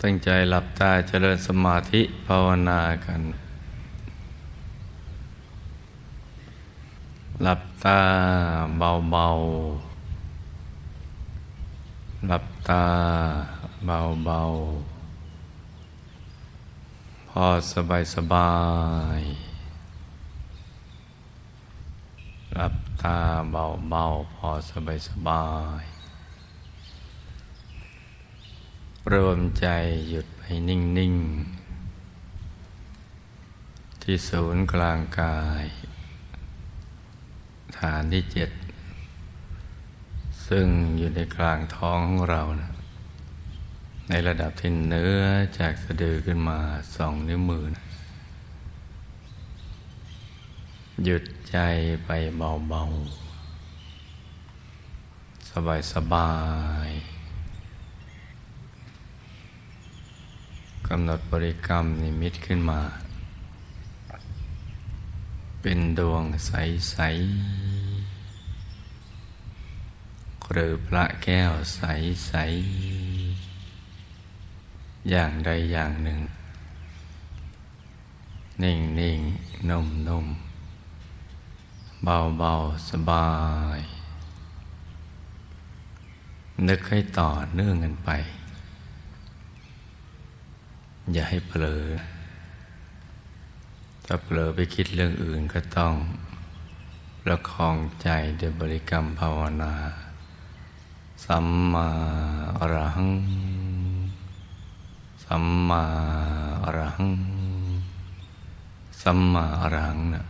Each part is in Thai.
ตั้งใจหลับตาเจริญสมาธิภาวนากันหลับตาเบาๆหลับตาเบาๆพอสบายหลับตาเบาๆพอสบายรวมใจหยุดให้นิ่งๆที่ศูนย์กลางกายฐานที่7ซึ่งอยู่ในกลางท้องของเรานะในระดับที่เหนือจากสะดือขึ้นมา2 นิ้วมือนะหยุดใจไปเบาๆสบายกำหนดบริกรรมนิมิตขึ้นมาเป็นดวงใสๆหรือพระแก้วใสๆอย่างใดอย่างหนึ่งนิ่งๆนุ่มๆเบาๆสบายนึกให้ต่อเนื่องกันไปอย่าให้เผลอถ้าเผลอไปคิดเรื่องอื่นก็ต้องประคองใจด้วยบริกรรมภาวนาสัมมาอรหังสัมมาอรหังสัมมาอรหังนะ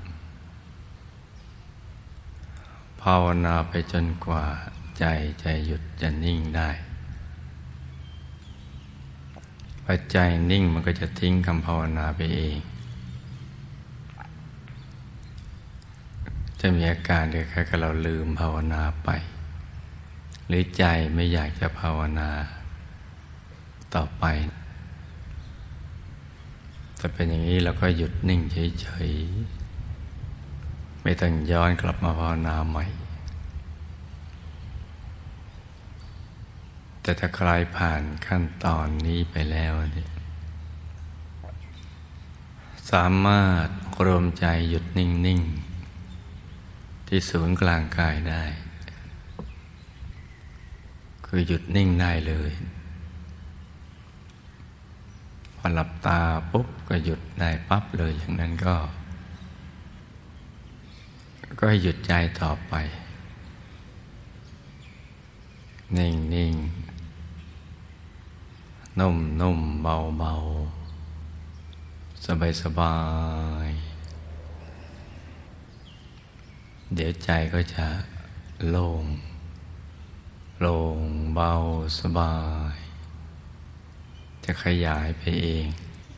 ภาวนาไปจนกว่าใจหยุดจะนิ่งได้พอใจนิ่งมันก็จะทิ้งคำภาวนาไปเองจะมีอาการคล้ายๆกับเราลืมภาวนาไปหรือใจไม่อยากจะภาวนาต่อไปถ้าเป็นอย่างนี้เราก็หยุดนิ่งเฉยๆไม่ต้องย้อนกลับมาภาวนาใหม่แต่ถ้าใครผ่านขั้นตอนนี้ไปแล้วเนี่ยสามารถรวมใจหยุดนิ่งๆที่ศูนย์กลางกายได้คือหยุดนิ่งได้เลยพอหลับตาปุ๊บก็หยุดได้ปั๊บเลยอย่างนั้นก็ให้หยุดใจต่อไปนิ่งๆนุ่มๆเบาๆสบายๆเดี๋ยวใจก็จะโล่งเบาสบายจะขยายไปเอง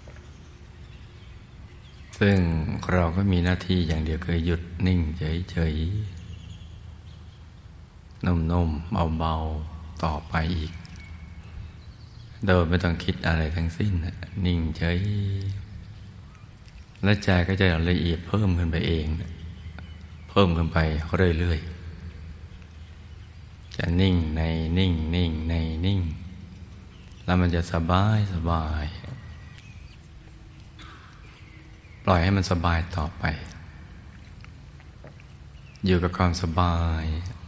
ซึ่งเราก็มีหน้าที่อย่างเดียวคือหยุดนิ่งเฉยๆนุ่มๆเบาๆต่อไปอีกโดยไม่ต้องคิดอะไรทั้งสิ้นนิ่งเฉยและใจก็จะละเอียดเพิ่มขึ้นไปเองเพิ่มขึ้นไปเรื่อยๆจะนิ่งในนิ่งในนิ่งแล้วมันจะสบายปล่อยให้มันสบายต่อไปอยู่กับความสบาย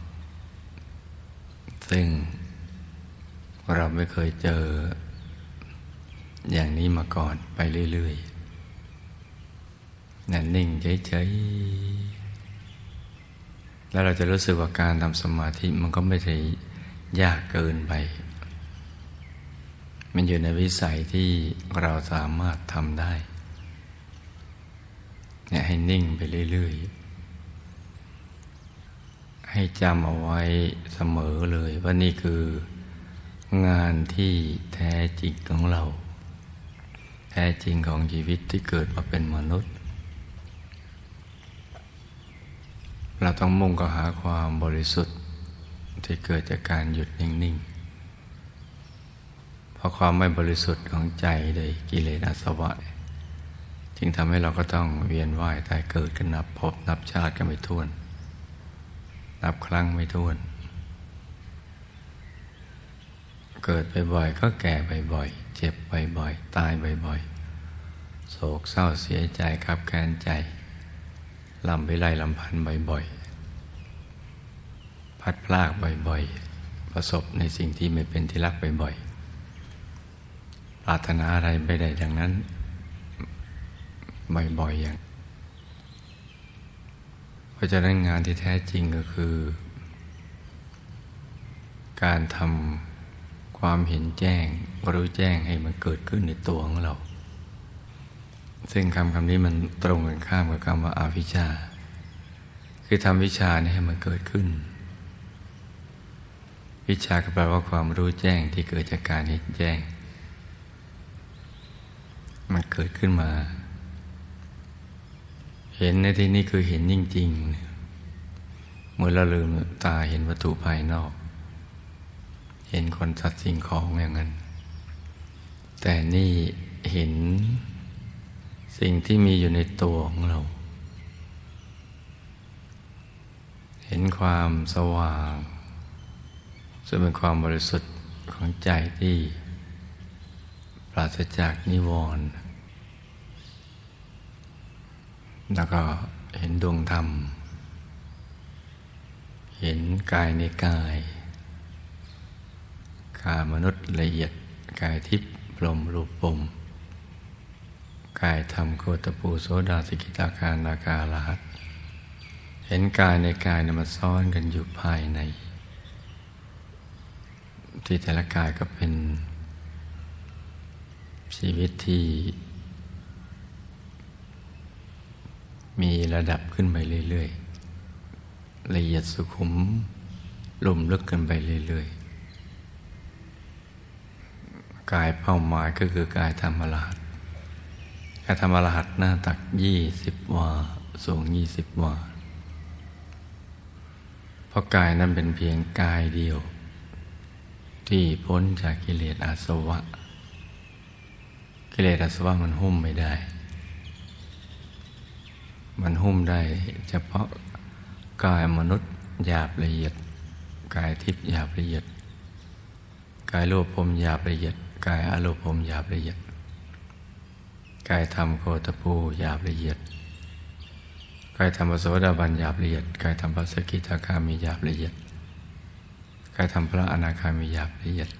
ซึ่งเราไม่เคยเจออย่างนี้มาก่อนไปเรื่อยๆนั่นนิ่งเฉยๆแล้วเราจะรู้สึกว่าการทำสมาธิมันก็ไม่ได้ยากเกินไปมันอยู่ในวิสัยที่เราสามารถทำได้เนี่ยให้นิ่งไปเรื่อยๆให้จำเอาไว้เสมอเลยว่านี่คืองานที่แท้จริงของเราแท้จริงของชีวิตที่เกิดมาเป็นมนุษย์เราต้องมุ่งก็หาความบริสุทธิ์ที่เกิดจากการหยุดนิ่งๆเพราะความไม่บริสุทธิ์ของใจเลยกิเลสอาสวะจึงทำให้เราก็ต้องเวียนว่ายตายเกิดกันนับภพนับชาติกันไม่ถ้วนนับครั้งไม่ถ้วนเกิดบ่อยๆก็แก่บ่อยๆเจ็บบ่อยๆตายบ่อยๆโศกเศร้าเสียใจคับแค้นใจลำวิไลลำพันธ์บ่อยๆพัดพลากบ่อยๆประสบในสิ่งที่ไม่เป็นที่รักบ่อยๆปรารถนาอะไรไม่ได้ดังนั้นบ่อยๆอย่างเพราะฉะนั้นงานที่แท้จริงก็คือการทำความเห็นแจ้งรู้แจ้งให้มันเกิดขึ้นในตัวของเราซึ่งคำนี้มันตรงกันข้ามกับคำว่าอวิชชาคือทำวิชานี้ให้มันเกิดขึ้นวิชาก็แปลว่าความรู้แจ้งที่เกิดจากการเห็นแจ้งมันเกิดขึ้นมาเห็นในที่นี้คือเห็นจริงๆเมื่อเราลืมตาเห็นวัตถุภายนอกเห็นคนสัตว์สิ่งของอย่างนั้นแต่นี่เห็นสิ่งที่มีอยู่ในตัวของเราเห็นความสว่างซึ่งเป็นความบริสุทธิ์ของใจที่ปราศจากนิวรณ์แล้วก็เห็นดวงธรรมเห็นกายในกายมนุษย์ละเอียดกายทิพย์พรหมรูปพรหมกายธรรมโคตปูโสดาสกิทาคานาคาอรหัตเห็นกายในกายมันซ้อนกันอยู่ภายในที่แต่ละกายก็เป็นชีวิตที่มีระดับขึ้นไปเรื่อยๆละเอียดสุขุมลุ่มลึกกันไปเรื่อยๆกายเป้าหมายก็คือกายธรรมอรหัตกายธรรมอรหัตหน้าตัก20 วาสูง20 วาเพราะกายนั้นเป็นเพียงกายเดียวที่พ้นจากกิเลสอาสวะกิเลสอาสวะมันหุ้มไม่ได้มันหุ้มได้เฉพาะกายมนุษย์หยาบละเอียดกายทิพย์หยาบละเอียดกายรูปพรหมหยาบละเอียดกายอรูปพรหมหยาบละเอียดกายธรรมโคตปูหยาบละเอียดกายธรรมโสดาบันหยาบละเอียดกายธรรมพระสกิทาคามีหยาบละเอียดกายธรรมพระอนาคามีหยาบละเอียด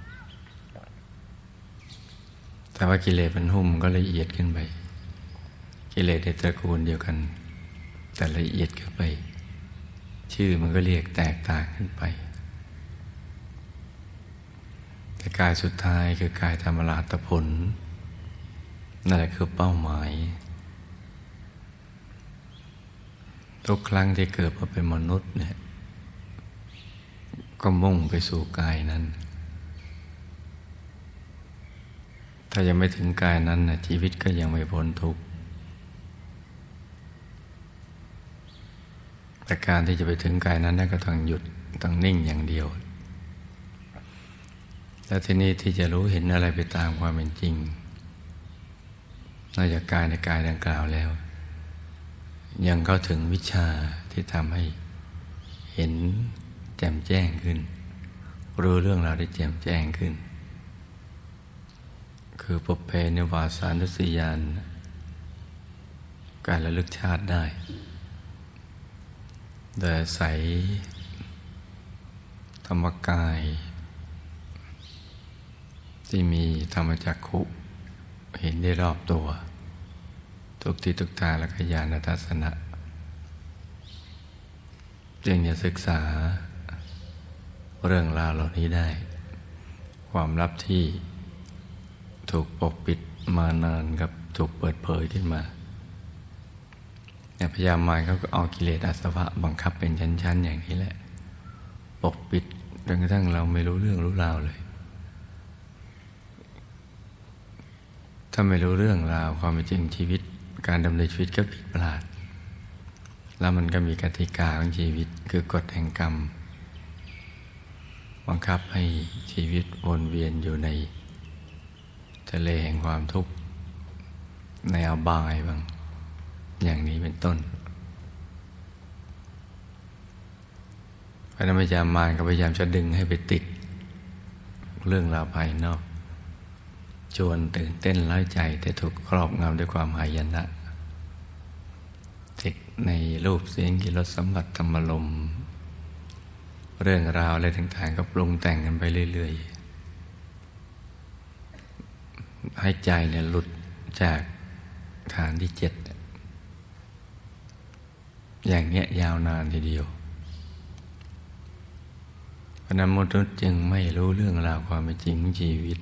แต่ว่ากิเลสมันหุ้มก็ละเอียดขึ้นไปกิเลสในตระกูลเดียวกันแต่ละเอียดขึ้นไปชื่อมันก็เรียกแตกต่างขึ้นไปแต่กายสุดท้ายคือกายธรรมอรหัตผลนั่นแหละคือเป้าหมายทุกครั้งที่เกิดมาเป็นมนุษย์เนี่ยก็มุ่งไปสู่กายนั้นถ้ายังไม่ถึงกายนั้นนะชีวิตก็ยังไม่พ้นทุกข์แต่การที่จะไปถึงกายนั้นก็ต้องหยุดต้องนิ่งอย่างเดียวแล้วทีนี้ที่จะรู้เห็นอะไรไปตามความเป็นจริงนอกจากกายในกายดังกล่าวแล้วยังเข้าถึงวิชาที่ทำให้เห็นแจ่มแจ้งขึ้นรู้เรื่องราวได้แจ่มแจ้งขึ้นคือปุพเพนิวาสานุสติญาณการระลึกชาติได้โดยอาศัยธรรมกายที่มีธรรมจักขุเห็นได้รอบตัวทุกที่ทุกทางและก็ญาณทัศนะจึงจะศึกษาเรื่องราวเหล่านี้ได้ความลับที่ถูกปกปิดมานานกับถูกเปิดเผยขึ้นมาพยายามมารเขาก็เอากิเลสอาสวะบังคับเป็นชั้นๆอย่างนี้แหละปกปิดจนกระทั่งเราไม่รู้เรื่องรู้ราวเลยถ้าไม่รู้เรื่องราวความเป็นจริงชีวิตการดำเนินชีวิตก็ผิดพลาดแล้วมันก็มีกติกาของชีวิตคือกฎแห่งกรรมบังคับให้ชีวิตวนเวียนอยู่ในทะเลแห่งความทุกข์ในอบายบ้างอย่างนี้เป็นต้นพระนามยามารก็พยายามจะดึงให้ไปติดเรื่องราวภายนอกชวนตื่นเต้นร้ายใจแต่ถูกครอบงำด้วยความหายนะติดในรูปเสียงกลิ่นรสสัมผัสธรรมลมเรื่องราวอะไรต่างๆก็ปรุงแต่งกันไปเรื่อยๆให้ใจเนี่ยหลุดจากฐานที่7อย่างเนี้ยยาวนานทีเดียวเพราะนั้นมนุษย์จึงไม่รู้เรื่องราวความเป็นจริงของชีวิต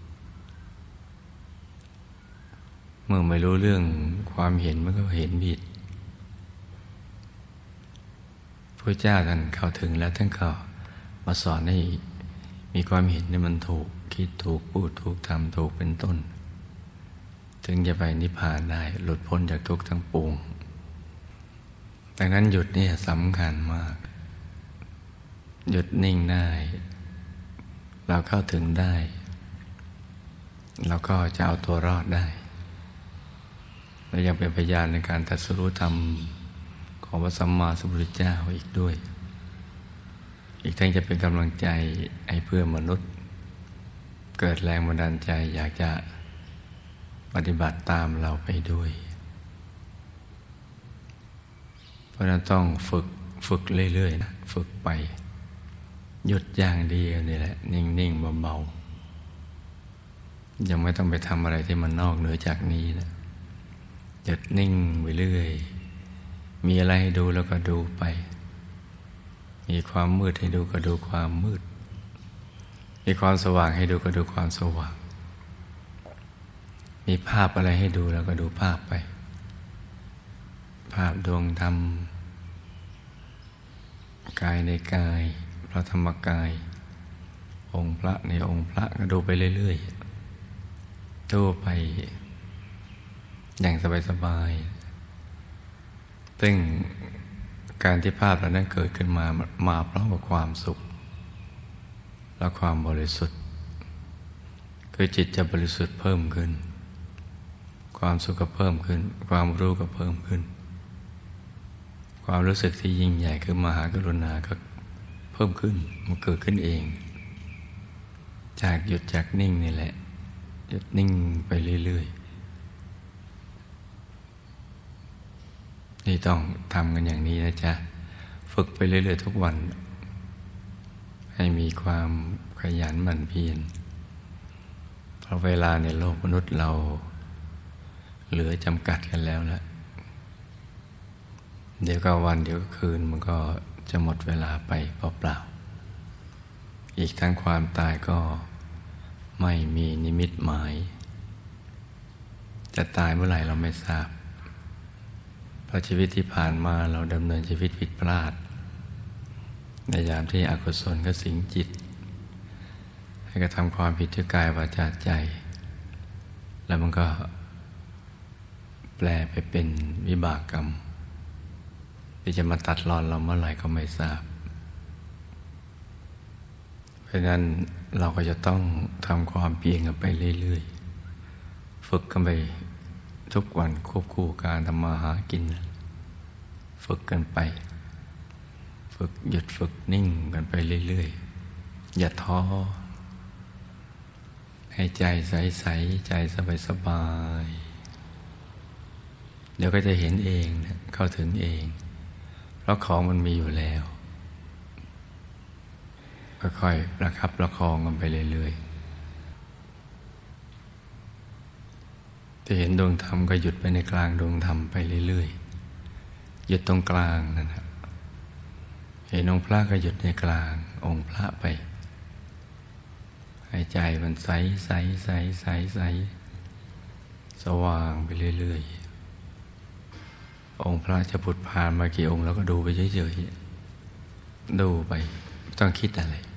เมื่อไม่รู้เรื่องความเห็นมันก็เห็นผิดพระเจ้าท่านเข้าถึงแล้วท่านก็มาสอนให้มีความเห็นที่มันถูกคิดถูกพูดถูกทำถูกเป็นต้นถึงจะไปนิพพานได้หลุดพ้นจากทุกข์ทั้งปวงดังนั้นหยุดนี่สำคัญมากหยุดนิ่งได้เราเข้าถึงได้เราก็จะเอาตัวรอดได้และยังเป็นพยานในการตรัสรู้ธรรมของพระสัมมาสัมพุทธเจ้าอีกด้วยอีกทั้งจะเป็นกำลังใจให้เพื่อนมนุษย์เกิดแรงบันดาลใจอยากจะปฏิบัติตามเราไปด้วยเพราะนั้นต้องฝึกเรื่อยๆนะฝึกไปหยุดอย่างเดียวนี่แหละนิ่งๆเบาๆยังไม่ต้องไปทำอะไรที่มันนอกเหนือจากนี้นะหยุดนิ่งไปเรื่อยมีอะไรให้ดูแล้วก็ดูไปมีความมืดให้ดูก็ดูความมืดมีความสว่างให้ดูก็ดูความสว่างมีภาพอะไรให้ดูแล้วก็ดูภาพไปภาพดวงธรรมกายในกายพระธรรมกายองค์พระในองค์พระก็ดูไปเรื่อยๆดูไปอย่างสบายๆซึ่งการที่ภาพเหล่านั้นเกิดขึ้นมาพร้อมกับความสุขและความบริสุทธิ์คือจิตจะบริสุทธิ์เพิ่มขึ้นความสุขก็เพิ่มขึ้นความรู้ก็เพิ่มขึ้นความรู้สึกที่ยิ่งใหญ่คือมหากรุณาก็เพิ่มขึ้นมันเกิดขึ้นเองจากหยุดจากนิ่งนี่แหละหยุดนิ่งไปเรื่อยๆนี่ต้องทำกันอย่างนี้นะจ๊ะฝึกไปเรื่อยๆทุกวันให้มีความขยันหมั่นเพียรเพราะเวลาในโลกมนุษย์เราเหลือจำกัดกันแล้วละเดี๋ยวก็วันเดี๋ยวก็คืนมันก็จะหมดเวลาไปเปล่าๆอีกทั้งความตายก็ไม่มีนิมิตหมายจะตายเมื่อไหร่เราไม่ทราบเพราะชีวิตที่ผ่านมาเราดำเนินชีวิตผิดพลาดในยามที่อกุศลก็สิงจิตให้กระทำความผิดที่กายวาจาใจแล้วมันก็แปลไปเป็นวิบากกรรมที่จะมาตัดรอนเราเมื่อไหร่ก็ไม่ทราบเพราะนั้นเราก็จะต้องทำความเพียรกันไปเรื่อยๆฝึกกันไปทุกวันควบคู่การทำมาหากินฝึกกันไปฝึกหยุดฝึกนิ่งกันไปเรื่อยๆอย่าท้อให้ใจใสๆใจสบายๆเดี๋ยวก็จะเห็นเองเข้าถึงเองเพราะของมันมีอยู่แล้วค่อยๆประคับประคองกันไปเรื่อยๆจะเห็นดวงธรรมก็หยุดไปในกลางดวงธรรมไปเรื่อยๆหยุดตรงกลางนั่นแหละเห็นองค์พระก็หยุดในกลางองค์พระไปให้ใจมันใสใสใสใสใสสว่างไปเรื่อยๆองค์พระจะผุดผ่านมากี่องค์แล้วก็ดูไปเฉยๆดูไปไม่ต้องคิดอะไร